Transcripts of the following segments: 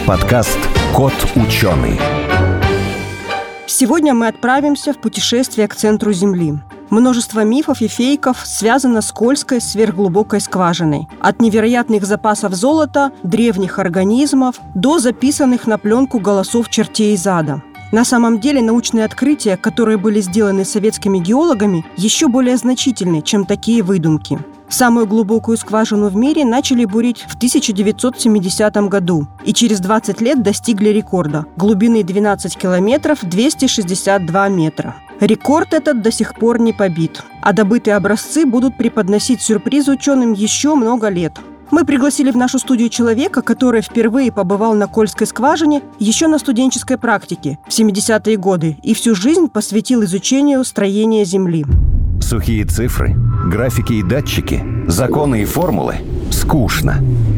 подкаст «Кот ученый». Сегодня мы отправимся в путешествие к центру Земли. Множество мифов и фейков связано с Кольской сверхглубокой скважиной. От невероятных запасов золота, древних организмов до записанных на пленку голосов чертей из ада. На самом деле научные открытия, которые были сделаны советскими геологами, еще более значительны, чем такие выдумки. Самую глубокую скважину в мире начали бурить в 1970 году и через 20 лет достигли рекорда – глубины 12 километров 262 метра. Рекорд этот до сих пор не побит, а добытые образцы будут преподносить сюрпризы ученым еще много лет. Мы пригласили в нашу студию человека, который впервые побывал на Кольской скважине еще на студенческой практике в 70-е годы и всю жизнь посвятил изучению строения Земли. Сухие цифры, графики и датчики, законы и формулы – скучно.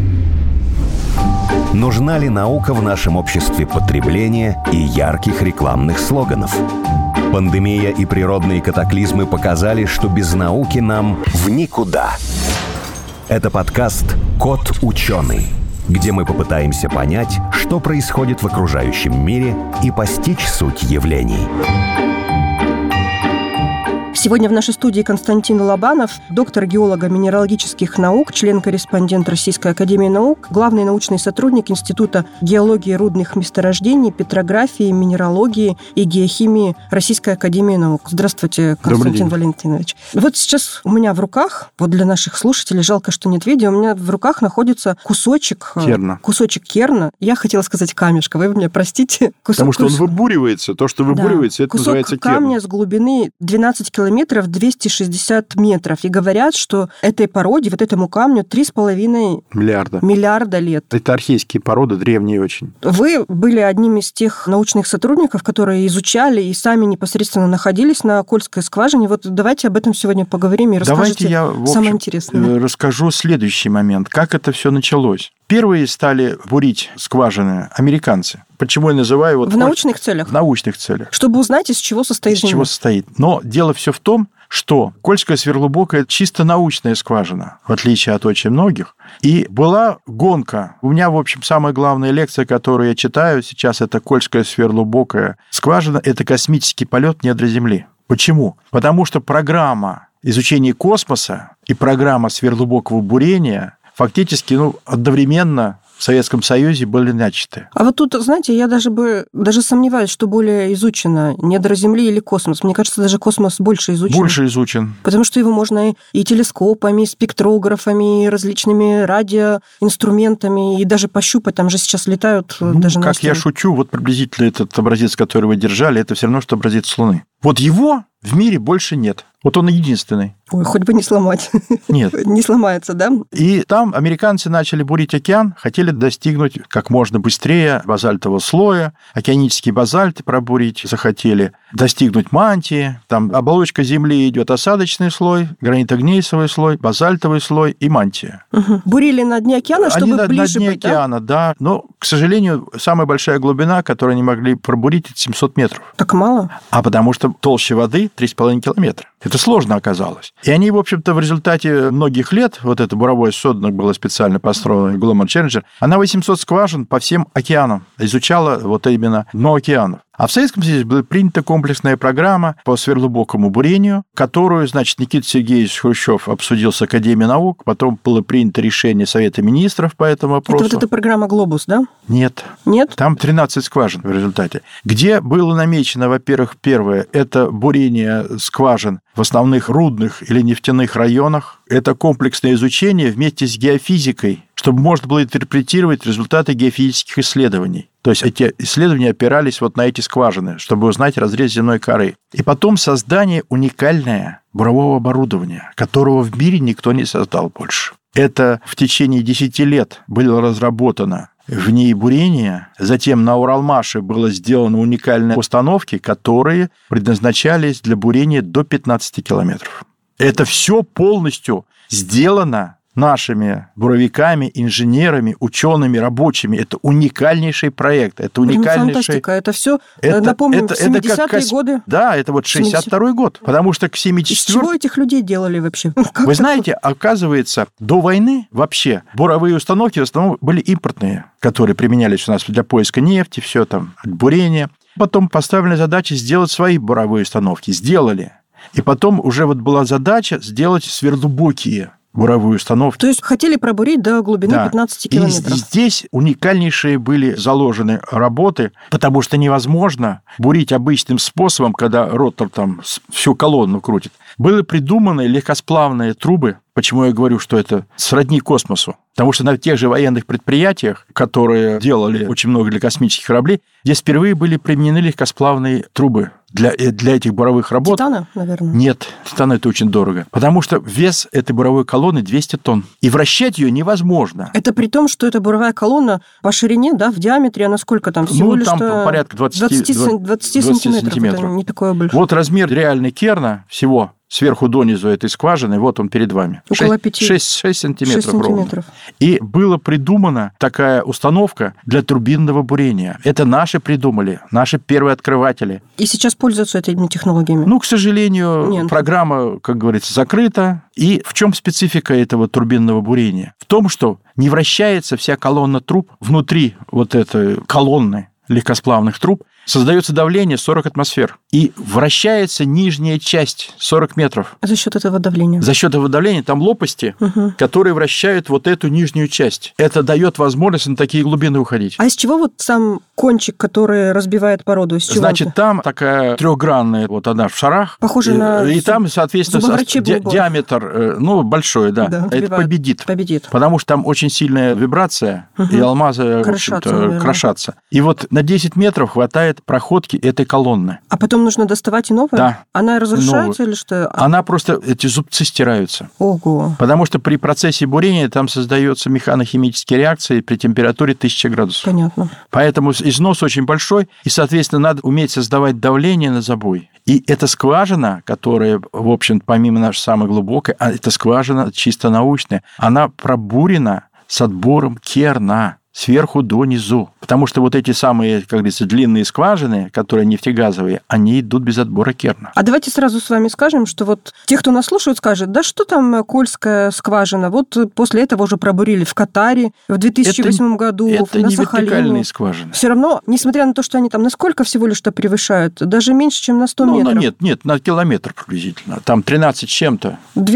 Нужна ли наука в нашем обществе потребления и ярких рекламных слоганов? Пандемия и природные катаклизмы показали, что без науки нам в никуда. Это подкаст «Кот ученый», где мы попытаемся понять, что происходит в окружающем мире и постичь суть явлений. Сегодня в нашей студии Константин Лобанов, доктор геолого-минералогических наук, член-корреспондент Российской академии наук, главный научный сотрудник Института геологии рудных месторождений, петрографии, минералогии и геохимии Российской академии наук. Здравствуйте, Константин Валентинович. Вот сейчас у меня в руках, вот для наших слушателей, жалко, что нет видео, у меня в руках находится кусочек керна. Я хотела сказать камешка, вы меня простите. Потому что он выбуривается. То, что выбуривается, это называется керн. Кусок камня с глубины 12 километров 260 метров. И говорят, что этой породе, вот этому камню 3,5 миллиарда лет. Это архейские породы, древние очень. Вы были одним из тех научных сотрудников, которые изучали и сами непосредственно находились на Кольской скважине. Вот давайте об этом сегодня поговорим и расскажите самое интересное. Расскажу следующий момент. Как это все началось? Первые стали бурить скважины американцы. Почему я называю... В научных целях? В научных целях. Чтобы узнать, из чего состоит Земля. Из чего состоит. Но дело все в том, что Кольская сверхглубокая – чисто научная скважина, в отличие от очень многих. И была гонка. У меня, в общем, самая главная лекция, которую я читаю сейчас, это Кольская сверхглубокая скважина – это космический полет в недра Земли. Почему? Потому что программа изучения космоса и программа сверхглубокого бурения фактически одновременно в Советском Союзе были начаты. А вот тут, знаете, я даже сомневаюсь, что более изучено недра Земли или космос. Мне кажется, даже космос больше изучен. Больше изучен. Потому что его можно и телескопами, и спектрографами, и различными радиоинструментами, и даже пощупать. Там же сейчас летают даже на как я шучу, вот приблизительно этот образец, который вы держали, это все равно, что образец с Луны. Вот его в мире больше нет. Вот он единственный. Ой, хоть бы не сломать. Нет. Не сломается, да? И там американцы начали бурить океан, хотели достигнуть как можно быстрее базальтового слоя, океанические базальты пробурить захотели, достигнуть мантии. Там оболочка Земли идет осадочный слой, гранитогнейсовый слой, базальтовый слой и мантия. Угу. Бурили на дне океана, чтобы они ближе на дне океана, да? Но, к сожалению, самая большая глубина, которую они могли пробурить, это 700 метров. Так мало? А потому что толще воды 3,5 километра. Это сложно оказалось. И они, в общем-то, в результате многих лет, вот это буровое судно было специально построено, Glomar Challenger, она 800 скважин по всем океанам изучала вот именно дно океанов. А в Советском Союзе была принята комплексная программа по сверхглубокому бурению, которую, значит, Никита Сергеевич Хрущев обсудил с Академией наук, потом было принято решение Совета министров по этому вопросу. Это вот эта программа «Глобус», да? Нет. Нет? Там 13 скважин в результате. Где было намечено, во-первых, первое, это бурение скважин в основных рудных или нефтяных районах. Это комплексное изучение вместе с геофизикой, чтобы можно было интерпретировать результаты геофизических исследований. То есть эти исследования опирались вот на эти скважины, чтобы узнать разрез земной коры. И потом создание уникального бурового оборудования, которого в мире никто не создал больше. Это в течение 10 лет было разработано в ней бурение. Затем на Уралмаше было сделано уникальные установки, которые предназначались для бурения до 15 километров. Это все полностью сделано нашими буровиками, инженерами, учеными, рабочими. Это уникальнейший проект. Это уникальнейший... Фантастика. Это все, напомним, в 70-е годы. Да, это вот 62-й год. Потому что к 74-й... Из чего этих людей делали вообще? Вы знаете, оказывается, до войны вообще буровые установки в основном были импортные, которые применялись у нас для поиска нефти, все там, бурения. Потом поставили задачу сделать свои буровые установки. Сделали. И потом уже вот была задача сделать сверхглубокие буровые установки. То есть хотели пробурить до глубины 15 километров. И здесь уникальнейшие были заложены работы, потому что невозможно бурить обычным способом, когда ротор там всю колонну крутит. Были придуманы легкосплавные трубы. Почему я говорю, что это сродни космосу? Потому что на тех же военных предприятиях, которые делали очень много для космических кораблей, здесь впервые были применены легкосплавные трубы для этих буровых работ. Титана, наверное? Нет, титан это очень дорого. Потому что вес этой буровой колонны 200 тонн. И вращать ее невозможно. Это при том, что эта буровая колонна по ширине, да, в диаметре, она сколько там? Всего лишь там порядка 20 сантиметров. Это не такое большое. Вот размер реальный керна всего сверху донизу этой скважины, вот он перед вами. Около 5. 6 сантиметров ровно. И была придумана такая установка для турбинного бурения. Это наши придумали, наши первые открыватели. И сейчас пользуются этими технологиями? К сожалению, программа, как говорится, закрыта. И в чем специфика этого турбинного бурения? В том, что не вращается вся колонна труб внутри вот этой колонны легкосплавных труб, создается давление 40 атмосфер. И вращается нижняя часть 40 метров. За счет этого давления? За счет этого давления там лопасти, которые вращают вот эту нижнюю часть. Это дает возможность на такие глубины уходить. А из чего вот сам кончик, который разбивает породу? Из чего Значит, это? Там такая трехгранная, вот она в шарах. Похоже на и там, соответственно, диаметр, большой, да. Это победит. Потому что там очень сильная вибрация, и алмазы, в общем-то, крошатся. И вот на 10 метров хватает проходки этой колонны. А потом нужно доставать и новую? Да. Она разрушается или что? Она просто, эти зубцы стираются. Ого. Потому что при процессе бурения там создается механохимические реакции при температуре 1000 градусов. Понятно. Поэтому износ очень большой, и, соответственно, надо уметь создавать давление на забой. И эта скважина, которая, в общем, помимо нашей самой глубокой, эта скважина чисто научная, она пробурена с отбором керна сверху донизу. Потому что вот эти самые, как говорится, длинные скважины, которые нефтегазовые, они идут без отбора керна. А давайте сразу с вами скажем, что вот те, кто нас слушают, скажут, да что там Кольская скважина? Вот после этого уже пробурили в Катаре в 2008 году, это на не Сахалине. вертикальные скважины. Все равно, несмотря на то, что они там насколько всего лишь-то превышают, даже меньше, чем на 100 метров. Нет, на километр приблизительно. Там 13 с чем-то.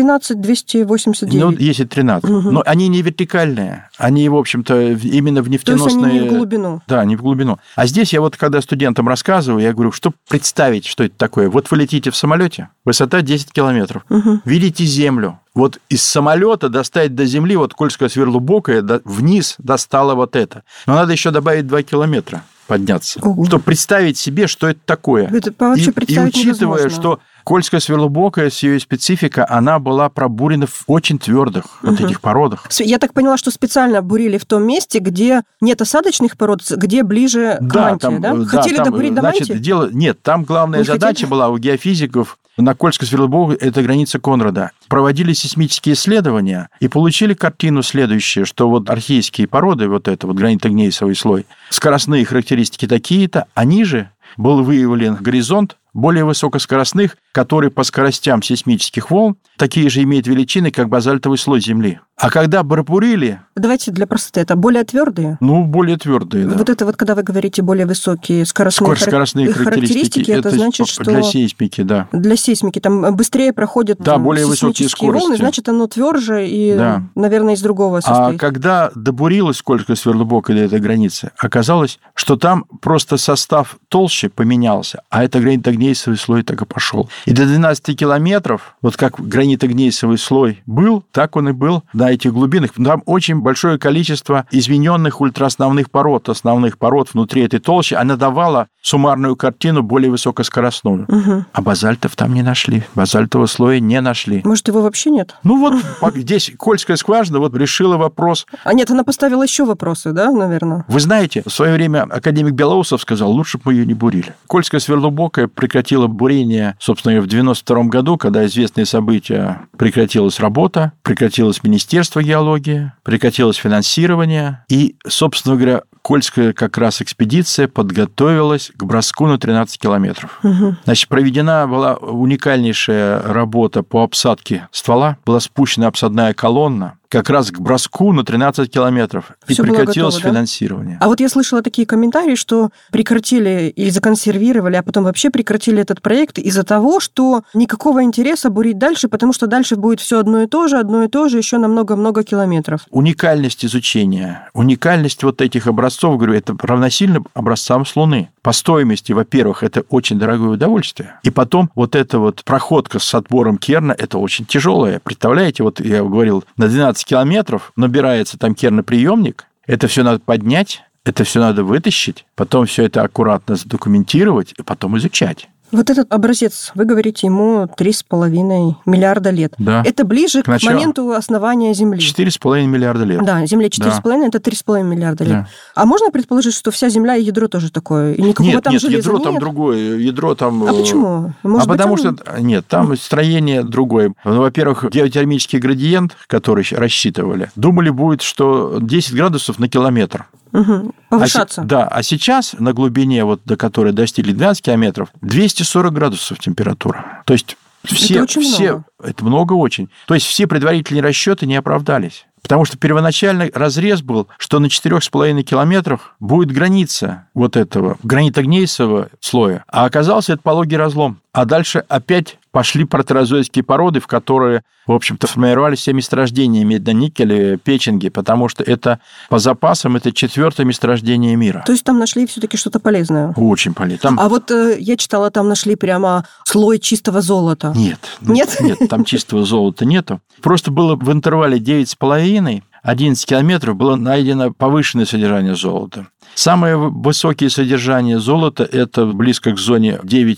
12,289. Если 13. Но они не вертикальные. Они, в общем-то, именно в нефтеносные... То есть они не в глубину. Да, не в глубину. А здесь я вот, когда студентам рассказываю, я говорю, что представить, что это такое. Вот вы летите в самолете, высота 10 километров, видите землю. Вот из самолета достать до земли, вот Кольская сверхглубокая, вниз достала вот это. Но надо еще добавить 2 километра подняться, чтобы представить себе, что это такое. Это вообще представить и учитывая, невозможно. что Кольская сверхглубокая, с ее спецификой, она была пробурена в очень твердых вот этих породах. Я так поняла, что специально бурили в том месте, где нет осадочных пород, где ближе к мантии, да? Хотели добурить до мантии? Нет, там главная задача была у геофизиков на Кольской сверхглубокой, это граница Конрада. Проводили сейсмические исследования и получили картину следующую, что вот архейские породы, вот это вот гранитогнейсовый слой, скоростные характеристики такие-то, а ниже был выявлен горизонт более высокоскоростных, которые по скоростям сейсмических волн такие же имеют величины, как базальтовый слой Земли. А когда пробурили... Давайте для простоты, это более твердые? Более твердые, да. Вот это вот, когда вы говорите более высокие скоростные характеристики, это значит, что... Для сейсмики, да. Для сейсмики, там быстрее проходят более высокие скорости. волны, значит, оно тверже и, наверное, из другого состоит. А когда добурилась Кольская сверхглубокая до этой границы, оказалось, что там просто состав толще поменялся, а это гранитогнейсовый слой так и пошел. И до 12 километров, вот как гранитогнейсовый слой был, так он и был на этих глубинах. Там очень большое количество измененных ультраосновных пород, основных пород внутри этой толщи. Она давала суммарную картину более высокоскоростную. А базальтов там не нашли. Базальтового слоя не нашли. Может, его вообще нет? Здесь Кольская скважина решила вопрос. А нет, она поставила еще вопросы, да, наверное? Вы знаете, в свое время академик Белоусов сказал, лучше бы мы ее не бурили. Кольская сверхглубокая прекратила бурение, собственно, в 92 году, когда известные события, прекратилась работа, прекратилось министерство, Министерство геологии, прекратилось финансирование, и, собственно говоря, Кольская как раз экспедиция подготовилась к броску на 13 километров. Значит, проведена была уникальнейшая работа по обсадке ствола, была спущена обсадная колонна, как раз к броску на 13 километров. И прекратилось финансирование. А вот я слышала такие комментарии, что прекратили или законсервировали, а потом вообще прекратили этот проект из-за того, что никакого интереса бурить дальше, потому что дальше будет все одно и то же, еще на много-много километров. Уникальность изучения, уникальность вот этих образцов, говорю, это равносильно образцам с Луны. По стоимости, во-первых, это очень дорогое удовольствие. И потом вот эта вот проходка с отбором керна, это очень тяжелая. Представляете, вот я говорил, на 12 километров набирается там керноприемник, это все надо поднять, это все надо вытащить, потом все это аккуратно задокументировать и потом изучать. Вот этот образец, вы говорите, ему 3,5 миллиарда лет. Да. Это ближе к моменту основания Земли. 4,5 миллиарда лет. Да, Земле 4,5, это 3,5 миллиарда лет. Да. А можно предположить, что вся Земля и ядро тоже такое? И никакого там железа ядро там другое. Ядро там... А почему? Может быть, потому что... Нет, там строение другое. Ну, во-первых, геотермический градиент, который рассчитывали, думали, будет, что 10 градусов на километр. Повышаться. А сейчас на глубине, вот, до которой достигли 12 километров, 240 градусов температура. То есть это много очень. То есть все предварительные расчеты не оправдались. Потому что первоначальный разрез был, что на 4,5 километрах будет граница вот этого гранитогнейсового слоя, а оказался это пологий разлом. А дальше опять пошли протерозойские породы, в которые, в общем-то, формировались все месторождения медно-никеля, печенги, потому что это по запасам это 4-е месторождение мира. То есть там нашли все-таки что-то полезное? Очень полезное. А вот я читала, там нашли прямо слой чистого золота. Нет, там чистого золота нету. Просто было в интервале 9,5 11 километров было найдено повышенное содержание золота. Самое высокие содержание золота – это близко к зоне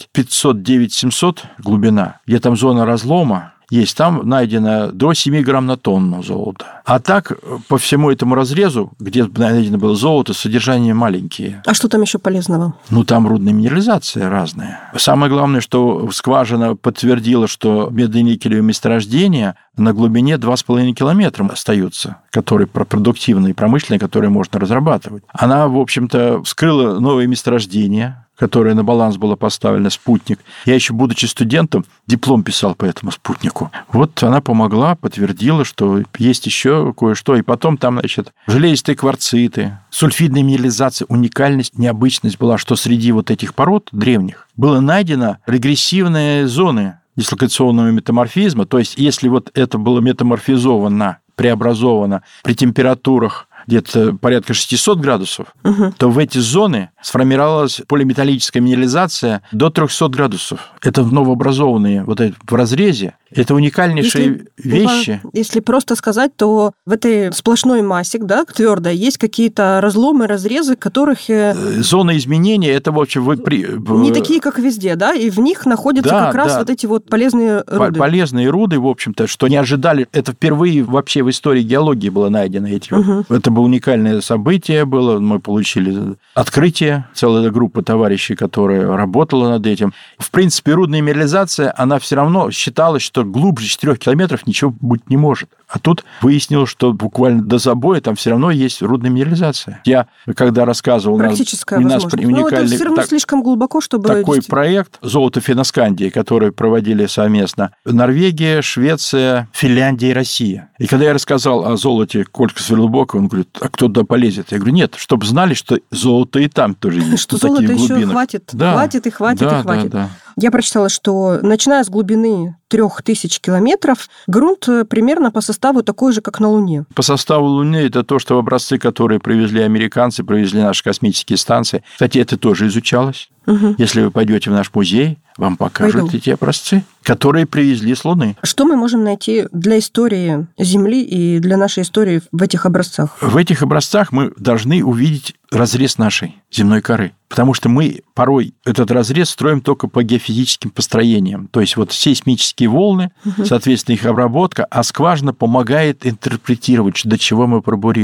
9500-9700 глубина, где там зона разлома есть, там найдено до 7 грамм на тонну золота. А так, по всему этому разрезу, где найдено было золото, содержание маленькие. А что там еще полезного? Там рудная минерализация разная. Самое главное, что скважина подтвердила, что медно-никелевые месторождения на глубине 2,5 километра остаются, которые продуктивные, промышленные, которые можно разрабатывать. Она, в общем-то, вскрыла новые месторождения, которое на баланс было поставлено, спутник. Я еще, будучи студентом, диплом писал по этому спутнику. Вот она помогла, подтвердила, что есть еще кое-что. И потом там, железистые кварциты, сульфидная минерализация. Уникальность, необычность была, что среди вот этих пород древних было найдено регрессивные зоны дислокационного метаморфизма. То есть, если вот это было метаморфизовано, преобразовано при температурах где-то порядка 600 градусов, то в эти зоны сформировалась полиметаллическая минерализация до 300 градусов. Это новообразованные вот эти в разрезе. Это уникальнейшие вещи. Если просто сказать, то в этой сплошной массе, да, твердой, есть какие-то разломы, разрезы, которых... Зоны изменения, это, в общем... Не такие, как везде, да? И в них находятся раз вот эти вот полезные руды. Полезные руды, в общем-то, что не ожидали. Это впервые вообще в истории геологии было найдено. Это было уникальное событие было. Мы получили открытие, целая группа товарищей, которая работала над этим. В принципе, рудная минерализация, она все равно считалась, что глубже 4 километров ничего быть не может. А тут выяснилось, что буквально до забоя там все равно есть рудная минерализация. Я, когда рассказывал... Практическая возможность. Это все равно слишком глубоко, чтобы... Такой проект «Золото Феноскандии», который проводили совместно Норвегия, Швеция, Финляндия и Россия. И когда я рассказал о золоте Кольско-Свердловска, он говорит, а кто туда полезет? Я говорю, нет, чтобы знали, что золото и там тоже есть. Что золота еще хватит. Да. Хватит. Да. Я прочитала, что начиная с глубины 3000 километров, грунт примерно по составу такой же, как на Луне. По составу Луны это то, что образцы, которые привезли американцы, привезли наши космические станции. Кстати, это тоже изучалось. Если вы пойдете в наш музей, вам покажут эти образцы, которые привезли с Луны. Что мы можем найти для истории Земли и для нашей истории в этих образцах? В этих образцах мы должны увидеть разрез нашей земной коры. Потому что мы порой этот разрез строим только по геофизическим построениям. То есть вот сейсмические волны, соответственно, их обработка, а скважина помогает интерпретировать, до чего мы пробурились.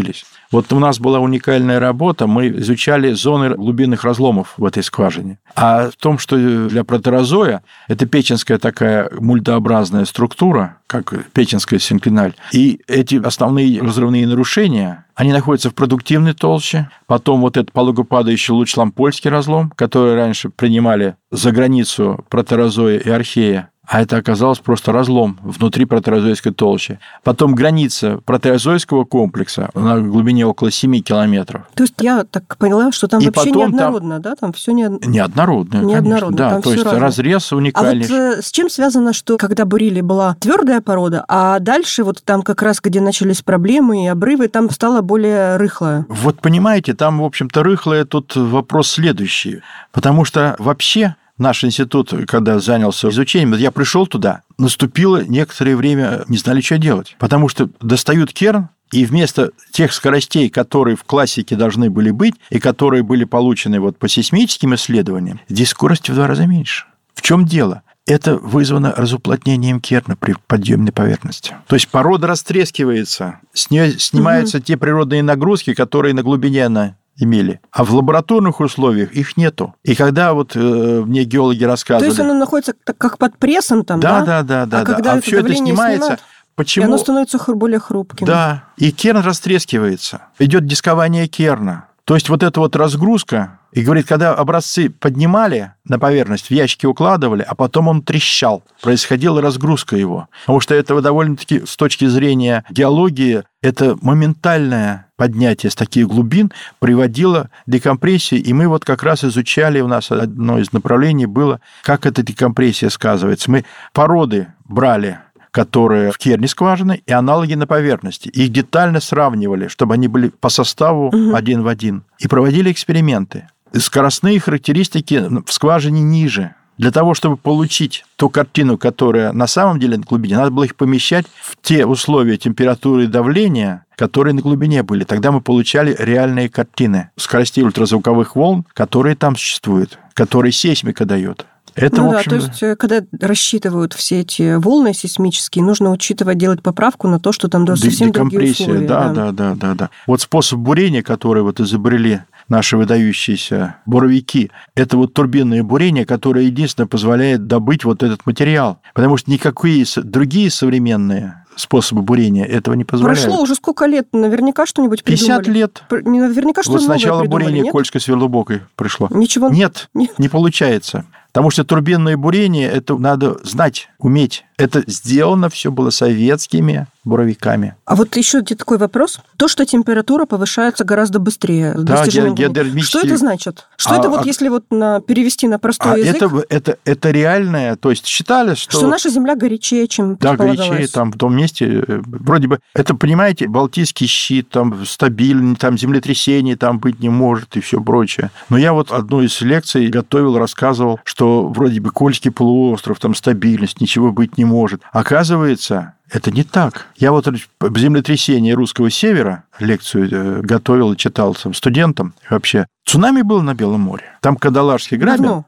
Вот у нас была уникальная работа, мы изучали зоны глубинных разломов в этой скважине. А в том, что для протерозоя это печенская такая мультообразная структура, как печенская синклиналь, и эти основные разрывные нарушения, они находятся в продуктивной толще, потом вот этот пологопадающий луч-лампольский разлом, который раньше принимали за границу протерозоя и архея, а это оказалось просто разлом внутри протерозойской толщи. Потом граница протерозойского комплекса на глубине около 7 километров. То есть я так поняла, что там и вообще неоднородно, да? Там все неоднородно, неоднородно, да, то есть разное. Разрез уникальный. А вот с чем связано, что когда бурили, была твердая порода, а дальше вот там как раз, где начались проблемы и обрывы, там стало более рыхлое? Вот понимаете, там, в общем-то, рыхлое тут вопрос следующий. Потому что вообще наш институт, когда занялся изучением, я пришел туда, наступило некоторое время, не знали, что делать. Потому что достают керн, и вместо тех скоростей, которые в классике должны были быть, и которые были получены вот по сейсмическим исследованиям, здесь скорости в 2 раза меньше. В чем дело? Это вызвано разуплотнением керна при подъемной поверхности. То есть порода растрескивается, с нее снимаются те природные нагрузки, которые на глубине она имели. А в лабораторных условиях их нету. И когда вот мне геологи рассказывали... То есть оно находится как под прессом там, да? Да. А когда это все это снимается... Почему? И оно становится более хрупким. Да, и керн растрескивается. Идет дискование керна. То есть вот эта вот разгрузка, и говорит, когда образцы поднимали на поверхность, в ящики укладывали, а потом он трещал, происходила разгрузка его. Потому что это довольно-таки с точки зрения геологии, это моментальное поднятие с таких глубин приводило к декомпрессии, и мы вот как раз изучали, у нас одно из направлений было, как эта декомпрессия сказывается. Мы породы брали, которые в керне скважины, и аналоги на поверхности. Их детально сравнивали, чтобы они были по составу один в один. И проводили эксперименты. Скоростные характеристики в скважине ниже. Для того, чтобы получить ту картину, которая на самом деле на глубине, надо было их помещать в те условия температуры и давления, которые на глубине были. Тогда мы получали реальные картины скоростей ультразвуковых волн, которые там существуют, которые сейсмика дает. Это, в общем... то есть, когда рассчитывают все эти волны сейсмические, нужно учитывать, делать поправку на то, что там совсем другие условия. Да. Вот способ бурения, который вот изобрели наши выдающиеся буровики, это вот турбинное бурение, которое единственное позволяет добыть вот этот материал. Потому что никакие другие современные способы бурения этого не позволяют. Прошло уже сколько лет? Наверняка что-нибудь придумали. 50 лет. Наверняка что-то вот сначала новое бурение нет? Кольской сверлобокой пришло. Ничего? Нет, не получается. Потому что турбинное бурение, это надо знать, уметь. Это сделано все было советскими буровиками. А вот еще такой вопрос. То, что температура повышается гораздо быстрее. Да, геотермически. Что это значит? Что это вот, если вот перевести на простой язык? Это реальное, то есть считали, что... Что наша Земля горячее, чем предполагалось. Да, горячее, там в том месте, вроде бы, это, понимаете, Балтийский щит, там стабильный, там землетрясений там быть не может и все прочее. Но я вот одну из лекций готовил, рассказывал, что вроде бы Кольский полуостров, там стабильность, ничего быть не может. Оказывается, это не так. Я вот землетрясение русского севера лекцию готовил и читал студентам. Вообще, цунами было на Белом море. Там Кандаларский грабен,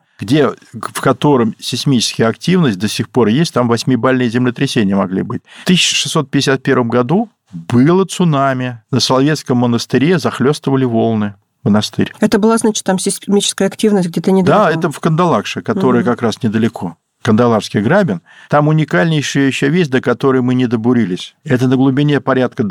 в котором сейсмическая активность до сих пор есть, там 8-бальные землетрясения могли быть. В 1651 году было цунами. На Соловецком монастыре захлестывали волны. Монастырь. Это была, значит, там сейсмическая активность где-то недалеко? Да, это в Кандалакше, которая как раз недалеко. Кандаларский грабен. Там уникальнейшая еще вещь, до которой мы не добурились. Это на глубине порядка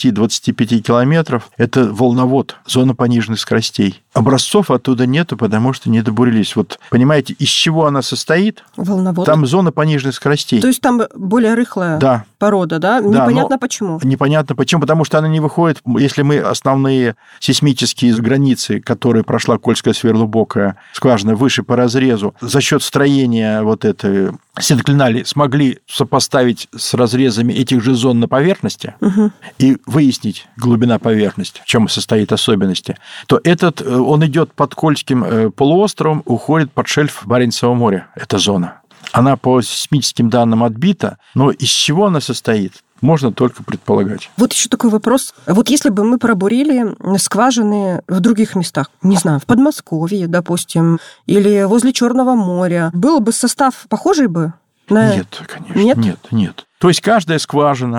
20-25 километров. Это волновод, зона пониженных скоростей. Образцов оттуда нету, потому что не добурились. Вот, понимаете, из чего она состоит? Волновод. Там зона пониженных скоростей. То есть там более рыхлая порода, да? Непонятно почему. Непонятно почему, потому что она не выходит, если мы основные сейсмические границы, которые прошла Кольская сверлобокая скважина выше по разрезу, за счет строения вот этой синклинали смогли сопоставить с разрезами этих же зон на поверхности и выяснить глубина поверхности, в чем состоит особенности, то он идет под Кольским полуостровом, уходит под шельф Баренцева моря, эта зона. Она по сейсмическим данным отбита, но из чего она состоит, можно только предполагать. Вот еще такой вопрос. Вот если бы мы пробурили скважины в других местах, не знаю, в Подмосковье, допустим, или возле Черного моря, был бы состав похожий бы? Нет, конечно. Нет. То есть каждая скважина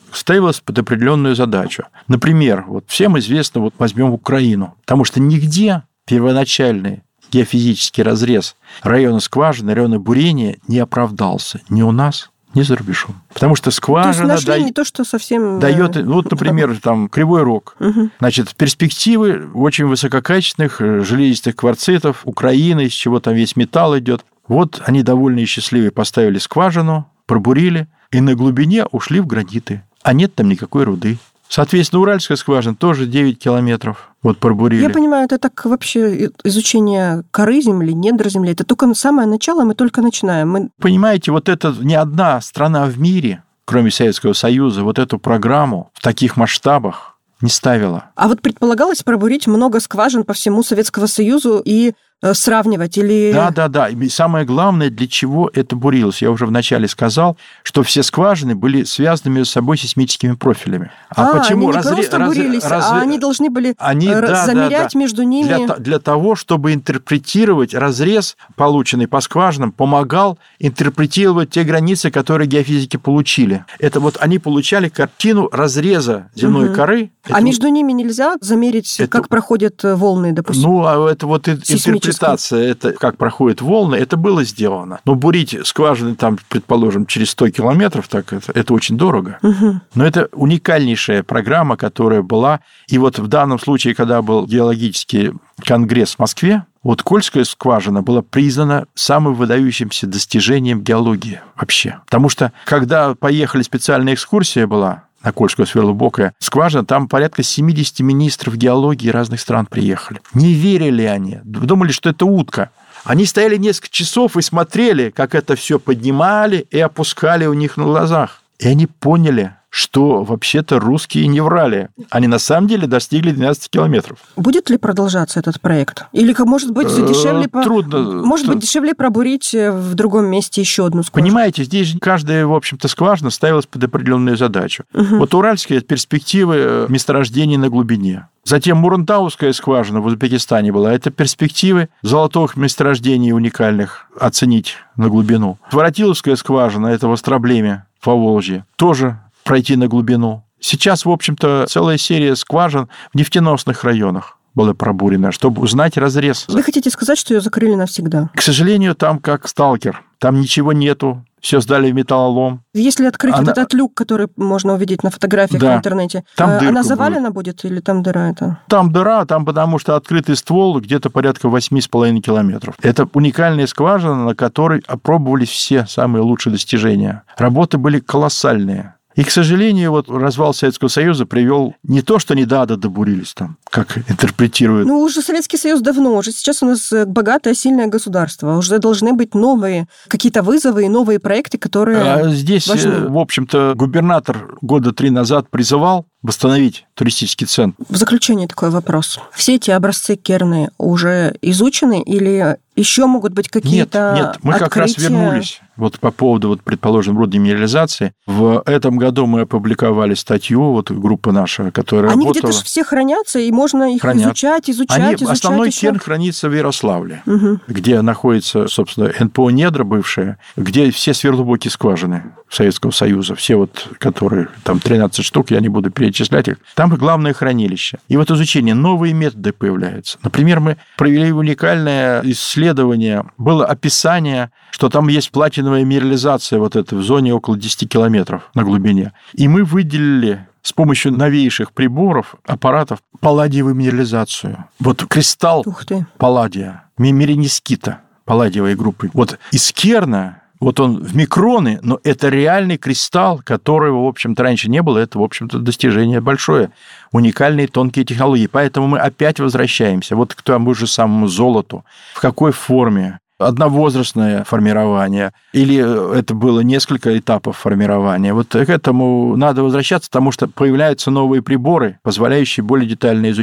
ставилось под определенную задачу. Например, вот всем известно, вот возьмем Украину, потому что нигде первоначальный геофизический разрез района скважины, района бурения не оправдался ни у нас, ни за рубежом. Потому что скважина... То есть нашли не то, что совсем... Дает, вот, например, там Кривой Рог. Значит, перспективы очень высококачественных железистых кварцитов Украины, из чего там весь металл идет. Вот они довольны и счастливы поставили скважину, пробурили, и на глубине ушли в граниты. А нет там никакой руды. Соответственно, Уральская скважина тоже 9 километров вот пробурили. Я понимаю, это так вообще изучение коры земли, недр земли. Это только самое начало, мы только начинаем. Понимаете, вот это ни одна страна в мире, кроме Советского Союза, вот эту программу в таких масштабах не ставила. А вот предполагалось пробурить много скважин по всему Советскому Союзу и сравнивать или... Да. И самое главное, для чего это бурилось. Я уже вначале сказал, что все скважины были связаны между собой сейсмическими профилями. Почему? Они не просто бурились, а они должны были замерять между ними... Для того, чтобы интерпретировать разрез, полученный по скважинам, помогал интерпретировать те границы, которые геофизики получили. Это вот они получали картину разреза земной коры. А между ними нельзя замерить, как проходят волны, допустим? Ну, это вот интерпретация, это как проходят волны, это было сделано. Но бурить скважины там, предположим, через 100 километров, так это очень дорого. Но это уникальнейшая программа, которая была. И вот в данном случае, когда был геологический конгресс в Москве, вот Кольская скважина была признана самым выдающимся достижением геологии вообще. Потому что, когда поехали, специальная экскурсия была на Кольскую сверлоглубокая скважина, там порядка 70 министров геологии разных стран приехали. Не верили они, думали, что это утка. Они стояли несколько часов и смотрели, как это все поднимали и опускали у них на глазах. И они поняли, что вообще-то русские не врали. Они на самом деле достигли 12 километров. Будет ли продолжаться этот проект? Или, может быть, дешевле... Трудно. Может быть, дешевле пробурить в другом месте еще одну скважину? Понимаете, здесь каждая, в общем-то, скважина ставилась под определенную задачу. Вот Уральская перспективы месторождений на глубине. Затем Мурантауская скважина в Узбекистане была. Это перспективы золотых месторождений уникальных оценить на глубину. Воротиловская скважина, это в Остроблеме, в Поволжье, тоже пройти на глубину. Сейчас, в общем-то, целая серия скважин в нефтеносных районах была пробурена, чтобы узнать разрез. Вы хотите сказать, что ее закрыли навсегда? К сожалению, там как сталкер. Там ничего нету. Все сдали в металлолом. Если открыть вот этот люк, который можно увидеть на фотографиях в интернете, она завалена будет или там дыра это? Там дыра, там потому что открытый ствол где-то порядка 8,5 километров. Это уникальная скважина, на которой опробовались все самые лучшие достижения. Работы были колоссальные. И, к сожалению, вот развал Советского Союза привел не то, что добурились там, как интерпретируют. Ну, уже Советский Союз давно, уже сейчас у нас богатое, сильное государство. Уже должны быть новые какие-то вызовы и новые проекты, которые здесь, важны. В общем-то, губернатор года 3 назад призывал восстановить туристический центр. В заключение такой вопрос. Все эти образцы Керны уже изучены или еще могут быть какие-то Нет, мы открытия? как раз вернулись. Вот по поводу, предположим, рудной минерализации. В этом году мы опубликовали статью, вот группа наша, которая Они работала... где-то же все хранятся, и можно их изучать. Основной еще. Керн хранится в Ярославле, где находится, собственно, НПО «Недра» бывшая, где все сверхглубокие скважины Советского Союза, все вот, которые, там 13 штук, я не буду перечислять их, там главное хранилище. И вот изучение, новые методы появляются. Например, мы провели уникальное исследование, было описание, что там есть платиновая минерализация вот эта в зоне около 10 километров на глубине. И мы выделили с помощью новейших приборов, аппаратов, палладиевую минерализацию. Вот кристалл палладия, меренискита, палладиевой группы. Вот из Керна, вот он в микроны, но это реальный кристалл, которого, в общем-то, раньше не было. Это, в общем-то, достижение большое. Уникальные тонкие технологии. Поэтому мы опять возвращаемся. Вот к тому же самому золоту. В какой форме? Одновозрастное формирование, или это было несколько этапов формирования. Вот к этому надо возвращаться, потому что появляются новые приборы, позволяющие более детально изучать.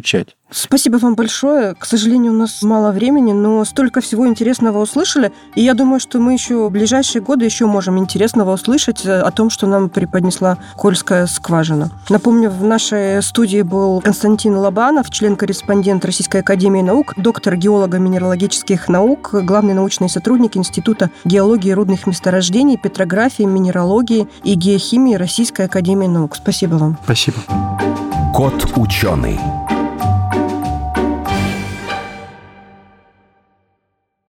Спасибо вам большое. К сожалению, у нас мало времени, но столько всего интересного услышали. И я думаю, что мы еще в ближайшие годы еще можем интересного услышать о том, что нам преподнесла Кольская скважина. Напомню, в нашей студии был Константин Лобанов, член-корреспондент Российской академии наук, доктор геолого-минералогических наук, главный научный сотрудник Института геологии и рудных месторождений, петрографии, минералогии и геохимии Российской академии наук. Спасибо вам. Спасибо. Кот ученый.